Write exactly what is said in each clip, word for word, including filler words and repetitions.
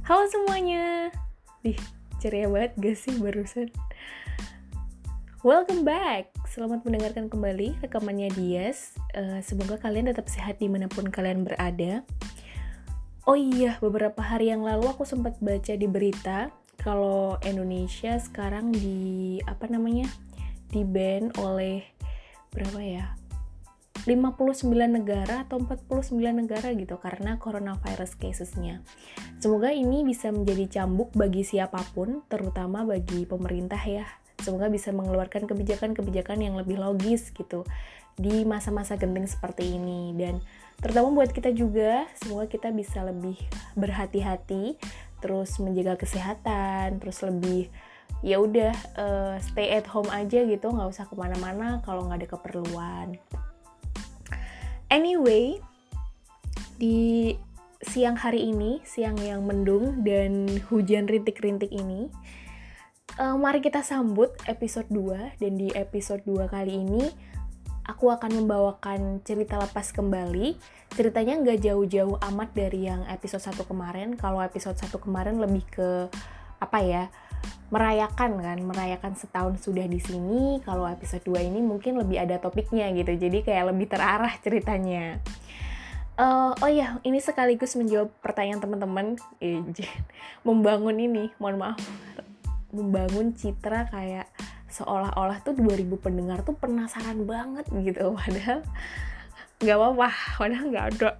Halo semuanya. Ih, ceria banget gak sih barusan? Welcome back. Selamat mendengarkan kembali rekamannya Dias. uh, Semoga kalian tetap sehat dimanapun kalian berada. Oh iya, beberapa hari yang lalu aku sempat baca di berita kalau Indonesia sekarang di apa namanya di-ban oleh berapa ya? lima puluh sembilan negara atau empat puluh sembilan negara gitu karena coronavirus casesnya. Semoga ini bisa menjadi cambuk bagi siapapun, terutama bagi pemerintah ya. Semoga bisa mengeluarkan kebijakan-kebijakan yang lebih logis gitu di masa-masa genting seperti ini. Dan terutama buat kita juga, semoga kita bisa lebih berhati-hati, terus menjaga kesehatan, terus lebih ya udah uh, stay at home aja gitu, nggak usah kemana-mana kalau nggak ada keperluan. Anyway, di siang hari ini, siang yang mendung dan hujan rintik-rintik ini, uh, mari kita sambut episode dua. Dan di episode dua kali ini, aku akan membawakan cerita lepas kembali. Ceritanya nggak jauh-jauh amat dari yang episode satu kemarin. Kalau episode satu kemarin lebih ke, apa ya, merayakan kan, merayakan setahun sudah di sini. Kalau episode dua ini mungkin lebih ada topiknya gitu, jadi kayak lebih terarah ceritanya. Uh, oh ya, ini sekaligus menjawab pertanyaan teman-teman. Eh, membangun ini, mohon maaf, membangun citra kayak seolah-olah tuh dua ribu pendengar tuh penasaran banget gitu, padahal nggak apa-apa, padahal nggak ada.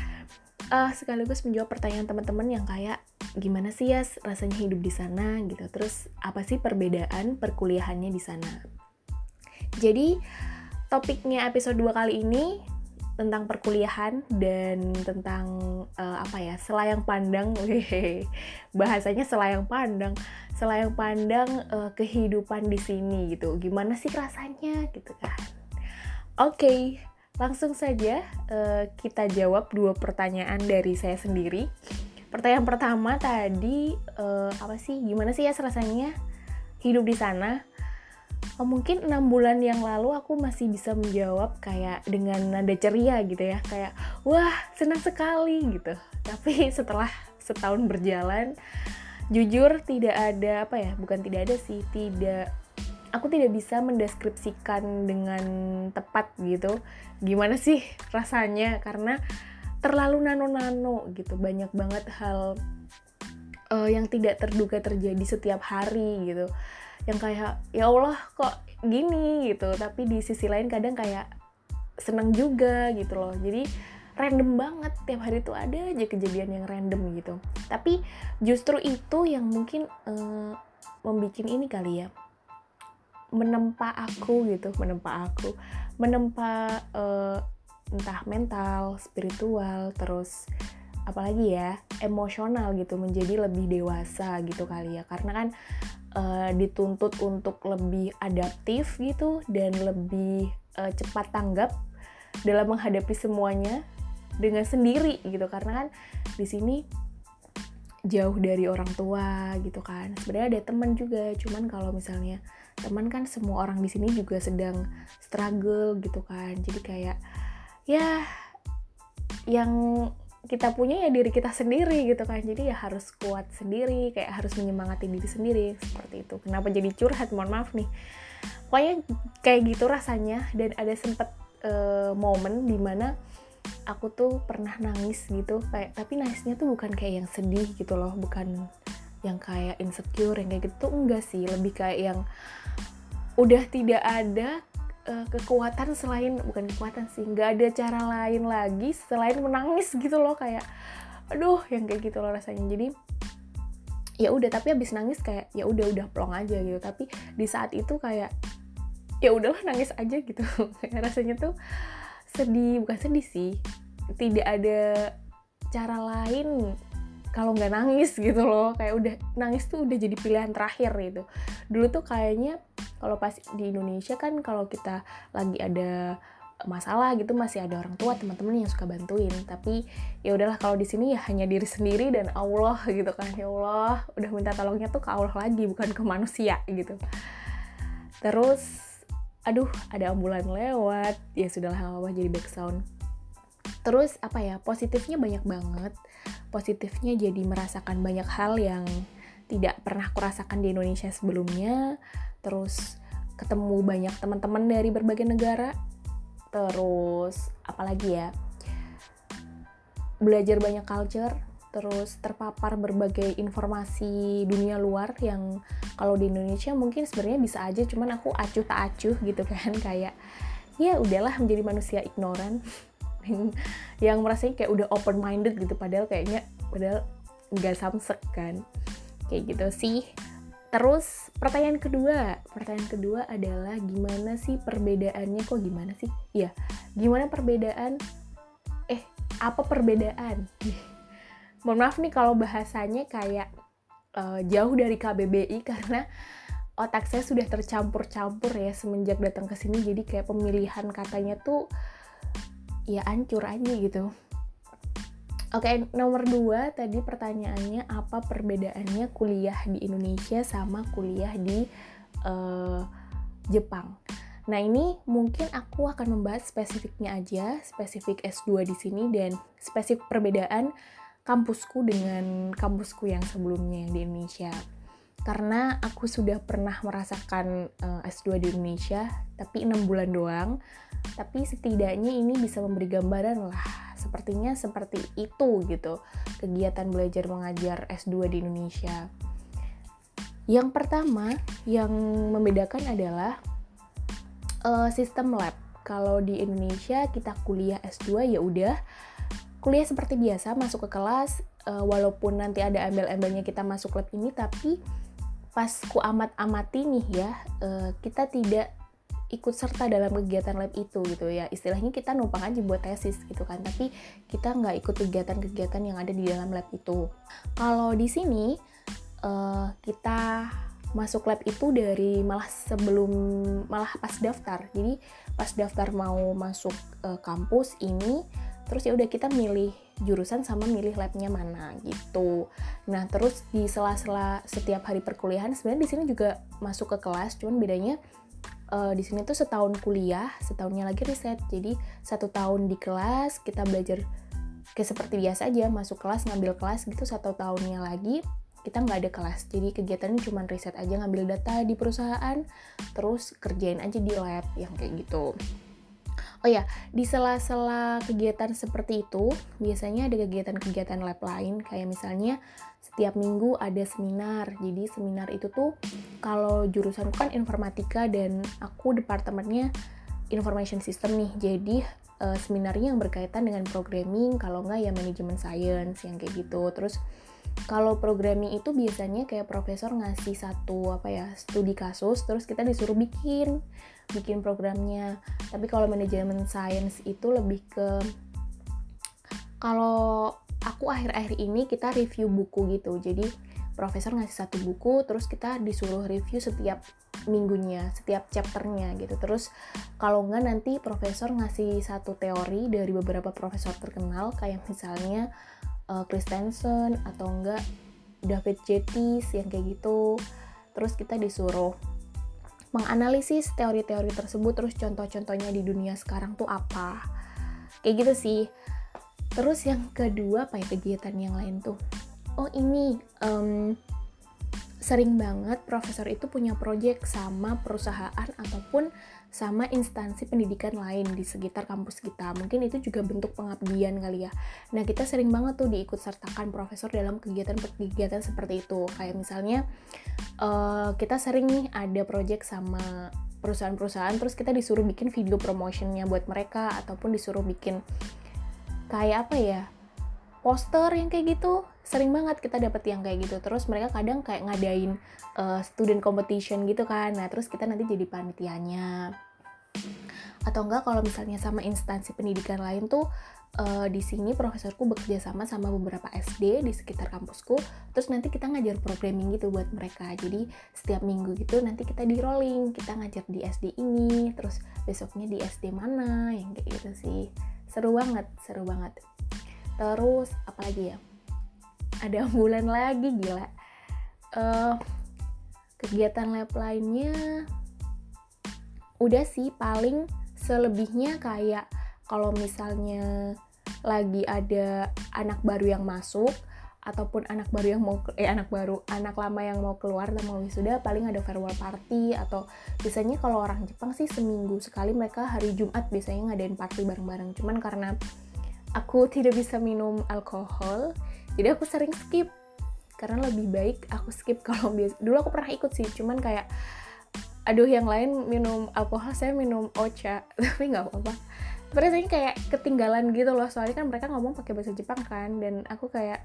Uh, sekaligus menjawab pertanyaan teman-teman yang kayak gimana sih ya rasanya hidup di sana gitu, terus apa sih perbedaan perkuliahannya di sana. Jadi topiknya episode dua kali ini tentang perkuliahan dan tentang uh, apa ya selayang pandang, bahasanya selayang pandang, selayang pandang uh, kehidupan di sini gitu, gimana sih rasanya gitu kan. Oke. Okay. Langsung saja uh, kita jawab dua pertanyaan dari saya sendiri. Pertanyaan pertama tadi, uh, apa sih, gimana sih ya rasanya hidup di sana? Oh, mungkin enam bulan yang lalu aku masih bisa menjawab kayak dengan nada ceria gitu ya. Kayak, wah senang sekali gitu. Tapi setelah setahun berjalan, jujur tidak ada, apa ya, bukan tidak ada sih, tidak... Aku tidak bisa mendeskripsikan dengan tepat gitu gimana sih rasanya, karena terlalu nano-nano gitu, banyak banget hal uh, yang tidak terduga terjadi setiap hari gitu, yang kayak ya Allah kok gini gitu, tapi di sisi lain kadang kayak seneng juga gitu loh. Jadi random banget, tiap hari tuh ada aja kejadian yang random gitu. Tapi justru itu yang mungkin uh, membuat ini kali ya, menempa aku gitu, menempa aku, menempa uh, entah mental, spiritual, terus apalagi ya, emosional gitu, menjadi lebih dewasa gitu kali ya, karena kan uh, dituntut untuk lebih adaptif gitu dan lebih uh, cepat tanggap dalam menghadapi semuanya dengan sendiri gitu, karena kan di sini jauh dari orang tua gitu kan. Sebenarnya ada teman juga, cuman kalau misalnya teman kan semua orang di sini juga sedang struggle gitu kan. Jadi kayak ya yang kita punya ya diri kita sendiri gitu kan. Jadi ya harus kuat sendiri, kayak harus menyemangati diri sendiri seperti itu. Kenapa jadi curhat? Mohon maaf nih. Pokoknya kayak gitu rasanya. Dan ada sempet uh, momen dimana aku tuh pernah nangis gitu, kayak tapi nangisnya tuh bukan kayak yang sedih gitu loh, bukan yang kayak insecure yang kayak gitu, enggak sih, lebih kayak yang udah tidak ada uh, kekuatan selain, bukan kekuatan sih, nggak ada cara lain lagi selain menangis gitu loh, kayak aduh yang kayak gitu loh rasanya. Jadi ya udah, tapi habis nangis kayak ya udah udah plong aja gitu, tapi di saat itu kayak ya udahlah nangis aja gitu. Rasanya tuh sedih, bukan sedih sih, tidak ada cara lain kalau nggak nangis gitu loh, kayak udah nangis tuh udah jadi pilihan terakhir gitu. Dulu tuh kayaknya kalau pas di Indonesia kan kalau kita lagi ada masalah gitu masih ada orang tua, teman-teman yang suka bantuin, tapi ya udahlah kalau di sini ya hanya diri sendiri dan Allah gitu kan. Ya Allah, udah minta tolongnya tuh ke Allah lagi, bukan ke manusia gitu. Terus aduh ada ambulan lewat, ya sudahlah, apa-apa jadi back sound. Terus apa ya, positifnya banyak banget. Positifnya jadi merasakan banyak hal yang tidak pernah kurasakan di Indonesia sebelumnya. Terus ketemu banyak teman-teman dari berbagai negara. Terus apalagi ya, belajar banyak culture. Terus terpapar berbagai informasi dunia luar yang kalau di Indonesia mungkin sebenarnya bisa aja, cuman aku acuh tak acuh gitu kan, kayak ya udahlah menjadi manusia ignoran yang merasanya kayak udah open minded gitu, padahal kayaknya padahal nggak samsek kan, kayak gitu sih. Terus pertanyaan kedua, pertanyaan kedua adalah gimana sih perbedaannya, kok gimana sih? Iya, gimana perbedaan? Eh, apa perbedaan? Mohon maaf nih kalau bahasanya kayak uh, jauh dari K B B I karena otak saya sudah tercampur-campur ya semenjak datang ke sini, jadi kayak pemilihan katanya tuh ya ancur aja gitu. Oke, nomor dua tadi pertanyaannya apa perbedaannya kuliah di Indonesia sama kuliah di uh, Jepang. Nah, ini mungkin aku akan membahas spesifiknya aja, spesifik S dua di sini dan spesifik perbedaan kampusku dengan kampusku yang sebelumnya yang di Indonesia. Karena aku sudah pernah merasakan uh, S dua di Indonesia, tapi enam bulan doang. Tapi setidaknya ini bisa memberi gambaran lah, sepertinya seperti itu gitu, kegiatan belajar mengajar S dua di Indonesia. Yang pertama yang membedakan adalah uh, sistem lab. Kalau di Indonesia kita kuliah S dua ya udah kuliah seperti biasa, masuk ke kelas, uh, walaupun nanti ada embel-embelnya kita masuk lab ini, tapi pas ku amat-amati nih ya, uh, kita tidak ikut serta dalam kegiatan lab itu gitu ya. Istilahnya kita numpang aja buat tesis gitu kan, tapi kita nggak ikut kegiatan-kegiatan yang ada di dalam lab itu. Kalau di sini, uh, kita masuk lab itu dari malah sebelum, malah pas daftar. Jadi pas daftar mau masuk uh, kampus ini, terus ya udah kita milih jurusan sama milih labnya mana gitu. Nah, terus di sela-sela setiap hari perkuliahan sebenarnya di sini juga masuk ke kelas, cuman bedanya uh, di sini tuh setahun kuliah, setahunnya lagi riset. Jadi satu tahun di kelas kita belajar kayak seperti biasa aja, masuk kelas ngambil kelas gitu, satu tahunnya lagi kita nggak ada kelas. Jadi kegiatannya cuma riset aja, ngambil data di perusahaan, terus kerjain aja di lab yang kayak gitu. Oh ya, di sela-sela kegiatan seperti itu, biasanya ada kegiatan-kegiatan lab lain, kayak misalnya setiap minggu ada seminar. Jadi seminar itu tuh, kalau jurusanku kan informatika dan aku departemennya information system nih, jadi uh, seminarnya yang berkaitan dengan programming, kalau nggak ya manajemen science, yang kayak gitu. Terus kalau programming itu biasanya kayak profesor ngasih satu apa ya studi kasus, terus kita disuruh bikin bikin programnya. Tapi kalau manajemen science itu lebih ke, kalau aku akhir-akhir ini kita review buku gitu. Jadi profesor ngasih satu buku, terus kita disuruh review setiap minggunya, setiap chapternya gitu. Terus kalau enggak nanti profesor ngasih satu teori dari beberapa profesor terkenal, kayak misalnya uh, Christensen atau enggak David Jettis yang kayak gitu. Terus kita disuruh menganalisis teori-teori tersebut, terus contoh-contohnya di dunia sekarang tuh apa, kayak gitu sih. Terus yang kedua apa ya kegiatan yang lain tuh, oh ini um, sering banget profesor itu punya project sama perusahaan ataupun sama instansi pendidikan lain di sekitar kampus kita. Mungkin itu juga bentuk pengabdian kali ya. Nah, kita sering banget tuh diikut sertakan profesor dalam kegiatan-kegiatan seperti itu. Kayak misalnya uh, kita sering nih ada project sama perusahaan-perusahaan, terus kita disuruh bikin video promotionnya buat mereka, ataupun disuruh bikin kayak apa ya, poster yang kayak gitu. Sering banget kita dapet yang kayak gitu. Terus mereka kadang kayak ngadain uh, student competition gitu kan. Nah, terus kita nanti jadi panitianya. Atau enggak kalau misalnya sama instansi pendidikan lain tuh, uh, di sini profesorku bekerja sama sama beberapa S D di sekitar kampusku. Terus nanti kita ngajar programming gitu buat mereka. Jadi setiap minggu gitu nanti kita di rolling, kita ngajar di S D ini, terus besoknya di S D mana, yang kayak gitu sih. Seru banget, seru banget. Terus apa lagi ya? Ada bulan lagi, gila. Uh, kegiatan lab lainnya udah sih, paling selebihnya kayak kalau misalnya lagi ada anak baru yang masuk ataupun anak baru yang mau eh anak baru anak lama yang mau keluar dan mau wisuda, paling ada farewell party. Atau biasanya kalau orang Jepang sih seminggu sekali mereka hari Jumat biasanya ngadain party bareng-bareng. Cuman karena aku tidak bisa minum alkohol, jadi aku sering skip, karena lebih baik aku skip. Kalau biasa dulu aku pernah ikut sih, cuman kayak aduh yang lain minum alkohol, saya minum ocha tapi nggak apa-apa. Tapi rasanya kayak ketinggalan gitu loh, soalnya kan mereka ngomong pakai bahasa Jepang kan, dan aku kayak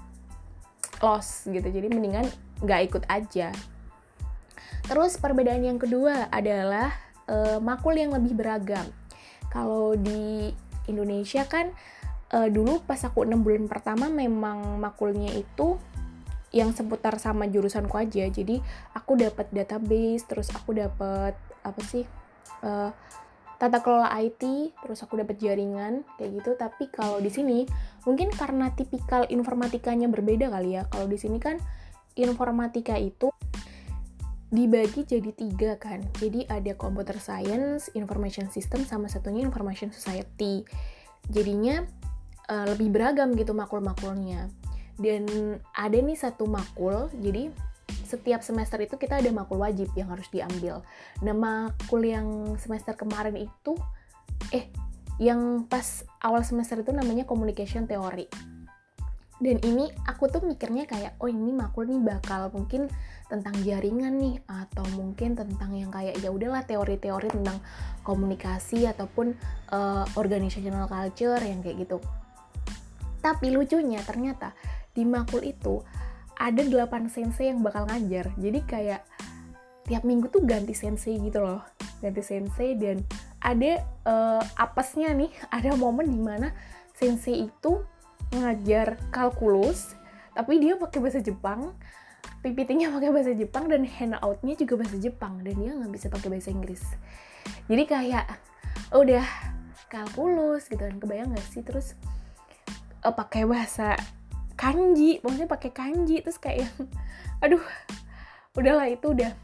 lost gitu, jadi mendingan nggak ikut aja. Terus perbedaan yang kedua adalah uh, makul yang lebih beragam. Kalau di Indonesia kan uh, dulu pas aku enam bulan pertama memang makulnya itu yang seputar sama jurusanku aja. Jadi aku dapat database, terus aku dapat apa sih uh, tata kelola I T, terus aku dapat jaringan kayak gitu. Tapi kalau di sini mungkin karena tipikal informatikanya berbeda kali ya. Kalau di sini kan informatika itu dibagi jadi tiga kan. Jadi ada computer science, information system, sama satunya information society. Jadinya uh, lebih beragam gitu makul-makulnya. Dan ada nih satu makul, jadi setiap semester itu kita ada makul wajib yang harus diambil. Nah, makul yang semester kemarin itu, eh, yang pas awal semester itu namanya communication theory. Dan ini aku tuh mikirnya kayak, oh ini makul nih bakal mungkin tentang jaringan nih, atau mungkin tentang yang kayak ya udahlah teori-teori tentang komunikasi ataupun uh, organizational culture yang kayak gitu. Tapi lucunya ternyata di makul itu ada delapan sensei yang bakal ngajar. Jadi kayak tiap minggu tuh ganti sensei gitu loh. Ganti sensei, dan ada uh, apesnya nih, ada momen dimana sensei itu ngajar kalkulus, tapi dia pakai bahasa Jepang, P P T-nya pakai bahasa Jepang, dan handout-nya juga bahasa Jepang, dan dia nggak bisa pakai bahasa Inggris. Jadi kayak udah kalkulus gitu kan, kebayang nggak sih? Terus uh, pakai bahasa kanji, maksudnya pakai kanji, terus kayak aduh, udahlah itu udah.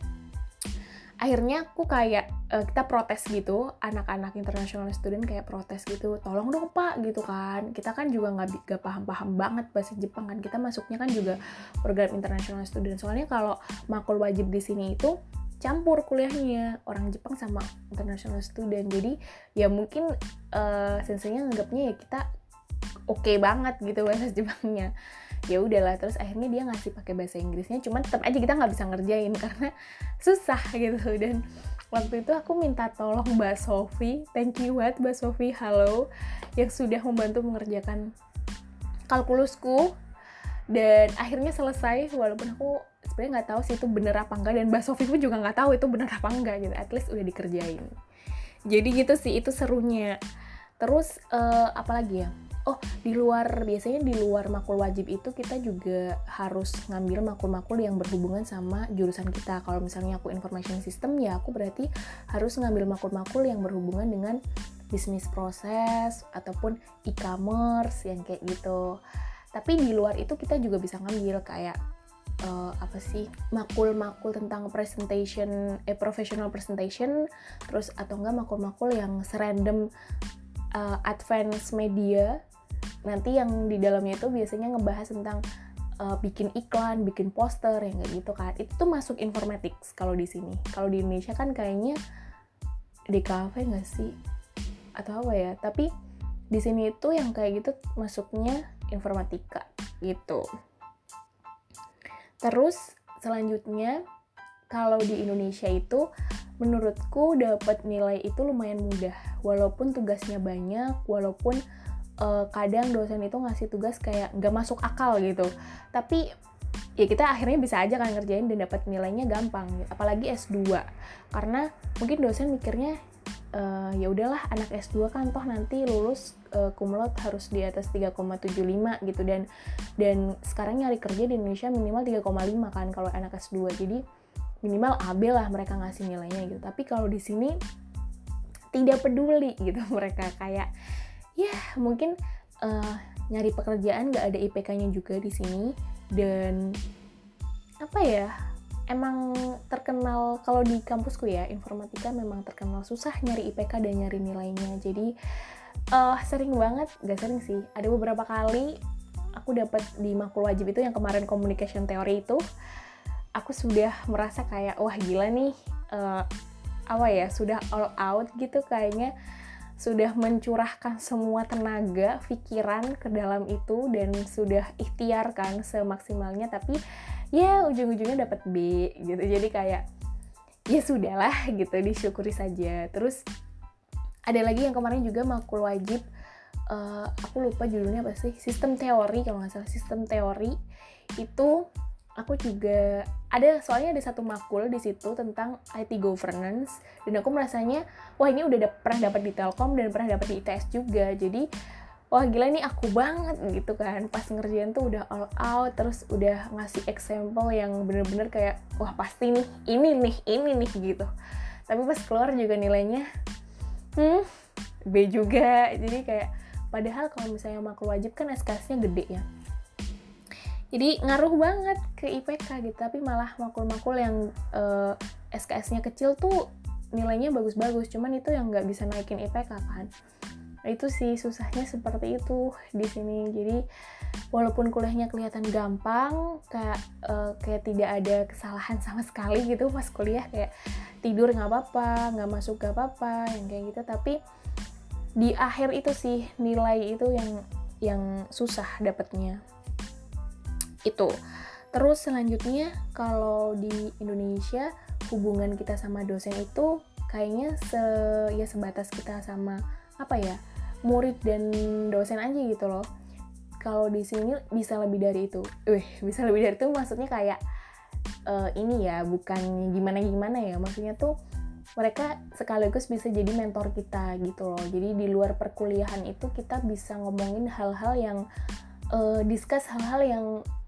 Akhirnya aku kayak uh, kita protes gitu, anak-anak international student kayak protes gitu, tolong dong Pak gitu kan, kita kan juga nggak nggak paham-paham banget bahasa Jepang kan, kita masuknya kan juga program international student. Soalnya kalau makul wajib di sini itu campur kuliahnya orang Jepang sama international student, jadi ya mungkin uh, senseinya nganggapnya ya kita oke okay banget gitu bahasa Jepangnya. Ya udahlah, terus akhirnya dia ngasih pakai bahasa Inggrisnya, cuman tetap aja kita nggak bisa ngerjain karena susah gitu. Dan waktu itu aku minta tolong Mbak Sofi, thank you buat Mbak Sofi, halo, yang sudah membantu mengerjakan kalkulusku, dan akhirnya selesai walaupun aku sebenarnya nggak tahu sih itu bener apa enggak, dan Mbak Sofi pun juga nggak tahu itu bener apa enggak gitu, at least udah dikerjain. Jadi gitu sih, itu serunya. Terus uh, apa lagi ya? Oh, di luar, biasanya di luar makul wajib itu kita juga harus ngambil makul-makul yang berhubungan sama jurusan kita. Kalau misalnya aku information system, ya aku berarti harus ngambil makul-makul yang berhubungan dengan bisnis proses ataupun e-commerce yang kayak gitu. Tapi di luar itu kita juga bisa ngambil kayak uh, apa sih, makul-makul tentang presentation, eh professional presentation, terus atau enggak makul-makul yang serandom uh, advance media. Nanti yang di dalamnya itu biasanya ngebahas tentang uh, bikin iklan, bikin poster yang kayak gitu kan. Itu tuh masuk informatics kalau di sini. Kalau di Indonesia kan kayaknya D K V nggak sih? Atau apa ya? Tapi di sini itu yang kayak gitu masuknya informatika gitu. Terus selanjutnya kalau di Indonesia itu menurutku dapat nilai itu lumayan mudah. Walaupun tugasnya banyak, walaupun Uh, kadang dosen itu ngasih tugas kayak nggak masuk akal gitu, tapi ya kita akhirnya bisa aja kan ngerjain dan dapat nilainya gampang. Apalagi S dua, karena mungkin dosen mikirnya uh, ya udahlah anak S dua kan toh nanti lulus uh, cum laude harus di atas tiga koma tujuh lima gitu, dan dan sekarang nyari kerja di Indonesia minimal tiga koma lima kan kalau anak S dua, jadi minimal A B lah mereka ngasih nilainya gitu. Tapi kalau di sini tidak peduli gitu, mereka kayak ya mungkin uh, nyari pekerjaan nggak ada I P K-nya juga di sini, dan apa ya, emang terkenal kalau di kampusku ya informatika memang terkenal susah nyari I P K dan nyari nilainya. Jadi uh, sering banget, gak sering sih, ada beberapa kali aku dapat di makul wajib itu yang kemarin communication theory itu, aku sudah merasa kayak wah gila nih, uh, apa ya, sudah all out gitu kayaknya, sudah mencurahkan semua tenaga, pikiran ke dalam itu dan sudah ikhtiar kan semaksimalnya, tapi ya ujung-ujungnya dapat B gitu. Jadi kayak ya sudahlah gitu, disyukuri saja. Terus ada lagi yang kemarin juga makul wajib, uh, aku lupa judulnya apa sih, sistem teori kalau nggak salah, sistem teori itu aku juga ada, soalnya ada satu makul di situ tentang I T governance dan aku merasanya wah ini udah da- pernah dapat di Telkom dan pernah dapat di I T S juga, jadi wah gila nih aku banget gitu kan, pas ngerjain tuh udah all out, terus udah ngasih example yang bener-bener kayak wah pasti nih ini nih ini nih gitu, tapi pas keluar juga nilainya hmm B juga. Jadi kayak padahal kalau misalnya makul wajib kan S K S-nya gede ya, jadi ngaruh banget ke I P K gitu, tapi malah makul-makul yang uh, S K S-nya kecil tuh nilainya bagus-bagus, cuman itu yang nggak bisa naikin I P K kan. Nah, itu sih susahnya seperti itu di sini. Jadi walaupun kuliahnya kelihatan gampang, kayak uh, kayak tidak ada kesalahan sama sekali gitu pas kuliah, kayak tidur nggak apa-apa, nggak masuk nggak apa-apa, yang kayak gitu. Tapi di akhir itu sih nilai itu yang yang susah dapatnya. Itu. Terus selanjutnya kalau di Indonesia hubungan kita sama dosen itu kayaknya se ya sebatas kita sama apa ya, murid dan dosen aja gitu loh. Kalau di sini bisa lebih dari itu. Wih, bisa lebih dari itu maksudnya kayak uh, ini ya, bukan gimana-gimana ya. Maksudnya tuh mereka sekaligus bisa jadi mentor kita gitu loh. Jadi di luar perkuliahan itu kita bisa ngomongin hal-hal yang uh, discuss hal-hal yang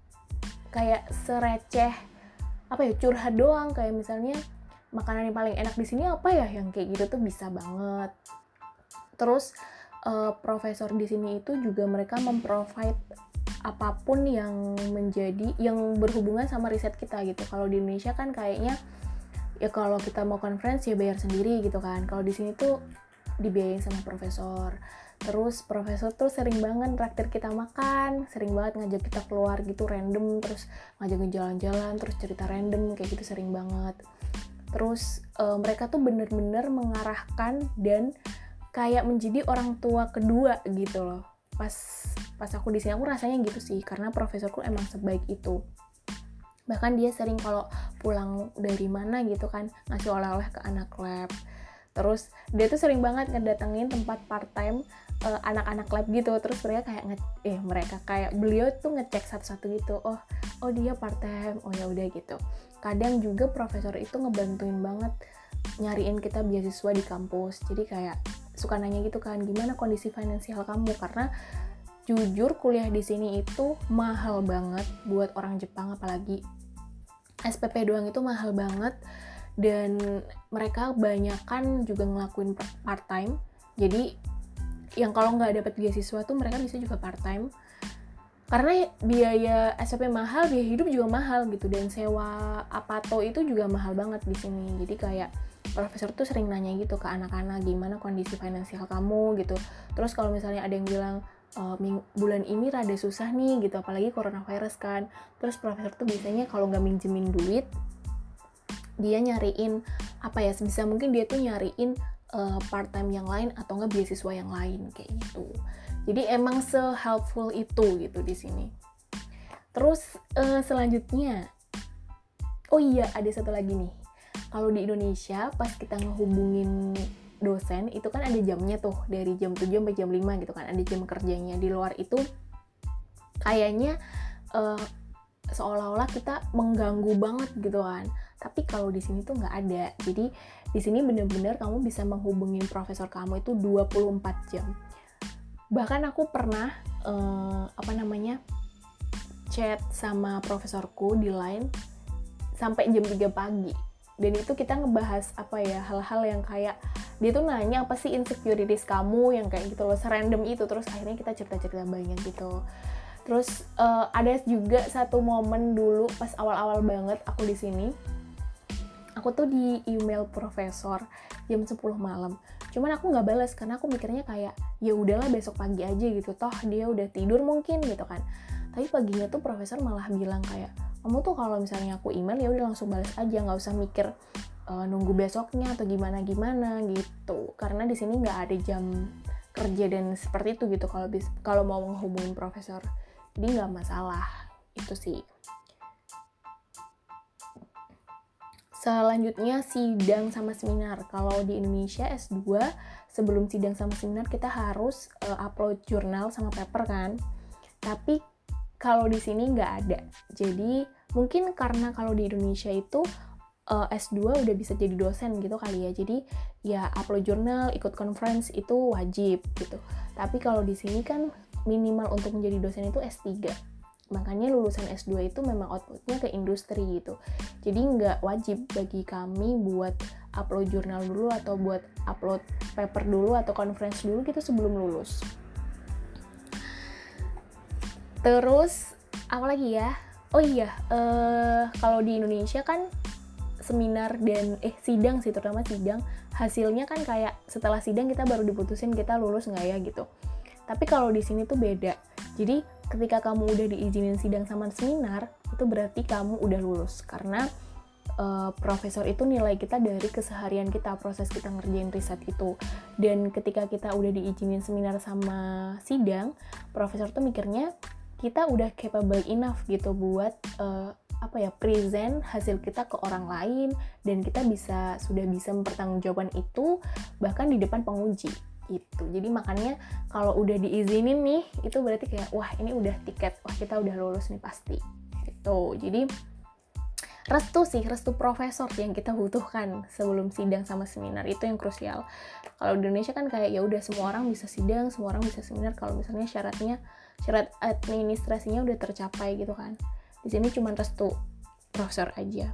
kayak sereceh apa ya, curhat doang, kayak misalnya makanan yang paling enak di sini apa ya, yang kayak gitu tuh bisa banget. Terus uh, profesor di sini itu juga mereka memprovide apapun yang menjadi yang berhubungan sama riset kita gitu. Kalau di Indonesia kan kayaknya ya kalau kita mau conference ya bayar sendiri gitu kan. Kalau di sini tuh dibiayain sama profesor. Terus profesor tuh sering banget traktir kita makan, sering banget ngajak kita keluar gitu random, terus ngajakin jalan-jalan, terus cerita random kayak gitu sering banget. Terus uh, mereka tuh bener-bener mengarahkan dan kayak menjadi orang tua kedua gitu loh. Pas pas aku di sini aku rasanya gitu sih, karena profesorku emang sebaik itu. Bahkan dia sering kalau pulang dari mana gitu kan ngasih oleh-oleh ke anak lab. Terus dia tuh sering banget ngedatengin tempat part time uh, anak-anak lab gitu. Terus mereka kayak nge eh mereka kayak beliau tuh ngecek satu-satu gitu. Oh, oh dia part time. Oh ya udah gitu. Kadang juga profesor itu ngebantuin banget nyariin kita beasiswa di kampus. Jadi kayak suka nanya gitu kan, gimana kondisi finansial kamu? Karena jujur kuliah di sini itu mahal banget buat orang Jepang, apalagi S P P doang itu mahal banget. Dan mereka banyakan juga ngelakuin part time, jadi yang kalau nggak dapat beasiswa tuh mereka bisa juga part time, karena biaya S P P mahal, biaya hidup juga mahal gitu, dan sewa apato itu juga mahal banget di sini. Jadi kayak profesor tuh sering nanya gitu ke anak-anak, gimana kondisi finansial kamu gitu. Terus kalau misalnya ada yang bilang Uh, bulan ini rada susah nih gitu, apalagi coronavirus kan, terus profesor tuh biasanya kalau nggak minjemin duit, dia nyariin apa ya, sebisa mungkin dia tuh nyariin uh, part time yang lain atau nggak beasiswa yang lain kayak gitu. Jadi emang se-helpful itu gitu di sini. Terus uh, selanjutnya, oh iya ada satu lagi nih, kalau di Indonesia pas kita ngehubungin dosen itu kan ada jamnya tuh, dari jam tujuh sampai jam lima gitu kan, ada jam kerjanya. Di luar itu kayaknya uh, seolah-olah kita mengganggu banget gitu kan, tapi kalau di sini tuh nggak ada. Jadi di sini bener-bener kamu bisa menghubungin profesor kamu itu dua puluh empat jam. Bahkan aku pernah uh, apa namanya chat sama profesorku di line sampai jam tiga pagi, dan itu kita ngebahas apa ya, hal-hal yang kayak dia tuh nanya apa sih insecurities kamu yang kayak gitu loh, serandom itu. Terus akhirnya kita cerita-cerita banyak gitu. Terus uh, ada juga satu momen dulu pas awal-awal banget aku di sini, aku tuh di email profesor jam sepuluh malam. Cuman aku nggak balas karena aku mikirnya kayak ya udahlah besok pagi aja gitu, toh dia udah tidur mungkin gitu kan. Tapi paginya tuh profesor malah bilang kayak, kamu tuh kalau misalnya aku email ya udah langsung balas aja, nggak usah mikir uh, nunggu besoknya atau gimana gimana gitu. Karena di sini nggak ada jam kerja dan seperti itu gitu kalau bis kalau mau menghubungin profesor, jadi nggak masalah itu sih. Selanjutnya sidang sama seminar. Kalau di Indonesia S dua sebelum sidang sama seminar kita harus uh, upload jurnal sama paper kan. Tapi kalau di sini nggak ada. Jadi mungkin karena kalau di Indonesia itu uh, S dua udah bisa jadi dosen gitu kali ya. Jadi ya upload jurnal, ikut conference itu wajib gitu. Tapi kalau di sini kan minimal untuk menjadi dosen itu S tiga. Makanya lulusan S dua itu memang outputnya ke industri gitu. Jadi nggak wajib bagi kami buat upload jurnal dulu atau buat upload paper dulu atau conference dulu gitu sebelum lulus. Terus apa lagi ya? Oh iya, uh, kalau di Indonesia kan seminar dan eh sidang sih, terutama sidang, hasilnya kan kayak setelah sidang kita baru diputusin kita lulus nggak ya gitu. Tapi kalau di sini tuh beda. Jadi ketika kamu udah diizinin sidang sama seminar, itu berarti kamu udah lulus. Karena uh, profesor itu nilai kita dari keseharian kita, proses kita ngerjain riset itu. Dan ketika kita udah diizinin seminar sama sidang, profesor tuh mikirnya kita udah capable enough gitu buat uh, apa ya, present hasil kita ke orang lain, dan kita bisa sudah bisa mempertanggungjawabkan itu bahkan di depan penguji. Gitu. Jadi makanya kalau udah diizinin nih, itu berarti kayak wah ini udah tiket, wah kita udah lulus nih pasti gitu. Jadi restu sih, restu profesor yang kita butuhkan sebelum sidang sama seminar, itu yang krusial. Kalau di Indonesia kan kayak ya udah semua orang bisa sidang, semua orang bisa seminar kalau misalnya syaratnya syarat administrasinya udah tercapai gitu kan. Di sini cuma restu profesor aja.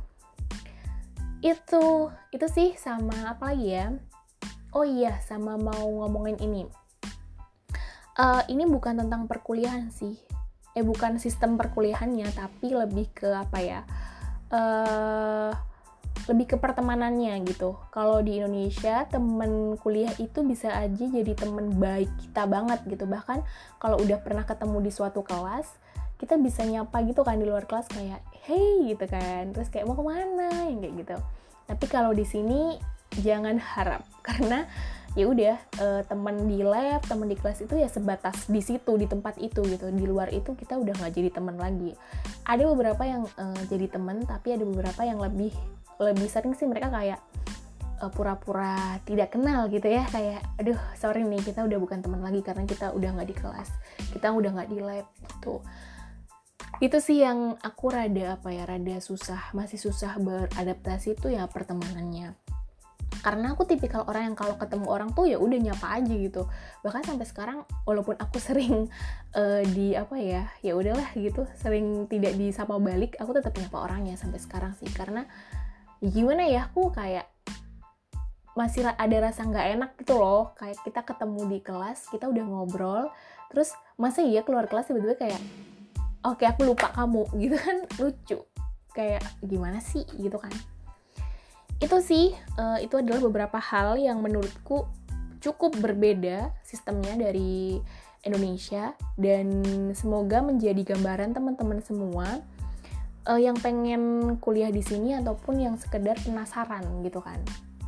Itu itu sih. Sama apa lagi ya? Oh iya, sama mau ngomongin ini. Uh, ini bukan tentang perkuliahan sih. Eh bukan sistem perkuliahannya, tapi lebih ke apa ya? Uh, lebih ke pertemanannya gitu. Kalau di Indonesia, temen kuliah itu bisa aja jadi temen baik kita banget gitu. Bahkan kalau udah pernah ketemu di suatu kelas, kita bisa nyapa gitu kan di luar kelas kayak, hey gitu kan. Terus kayak mau kemana, yang kayak gitu. Tapi kalau di sini jangan harap, karena ya udah e, teman di lab, teman di kelas itu ya sebatas di situ, di tempat itu gitu. Di luar itu kita udah nggak jadi teman lagi. Ada beberapa yang e, jadi teman, tapi ada beberapa yang lebih lebih sering sih mereka kayak e, pura-pura tidak kenal gitu ya, kayak aduh sorry nih kita udah bukan teman lagi karena kita udah nggak di kelas, kita udah nggak di lab gitu. Itu sih yang aku rada apa ya, rada susah, masih susah beradaptasi tuh ya pertemanannya. Karena aku tipikal orang yang kalau ketemu orang tuh ya udah nyapa aja gitu. Bahkan sampai sekarang walaupun aku sering uh, di apa ya, ya udahlah gitu, sering tidak disapa balik, aku tetap nyapa orangnya sampai sekarang sih. Karena ya gimana ya, aku kayak masih ada rasa nggak enak gitu loh. Kayak kita ketemu di kelas, kita udah ngobrol, terus masa iya keluar kelas tiba-tiba kayak oke okay, aku lupa kamu gitu kan, lucu. Kayak gimana sih gitu kan. Itu sih, uh, itu adalah beberapa hal yang menurutku cukup berbeda sistemnya dari Indonesia, dan semoga menjadi gambaran teman-teman semua uh, yang pengen kuliah di sini ataupun yang sekedar penasaran gitu kan.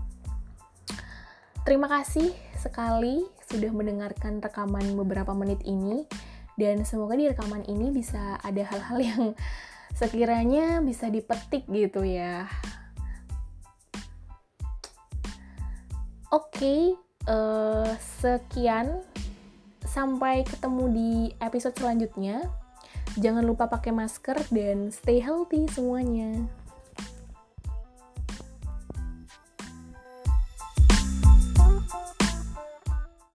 Terima kasih sekali sudah mendengarkan rekaman beberapa menit ini, dan semoga di rekaman ini bisa ada hal-hal yang sekiranya bisa dipetik gitu ya. Oke, okay, uh, sekian. Sampai ketemu di episode selanjutnya. Jangan lupa pakai masker dan stay healthy semuanya.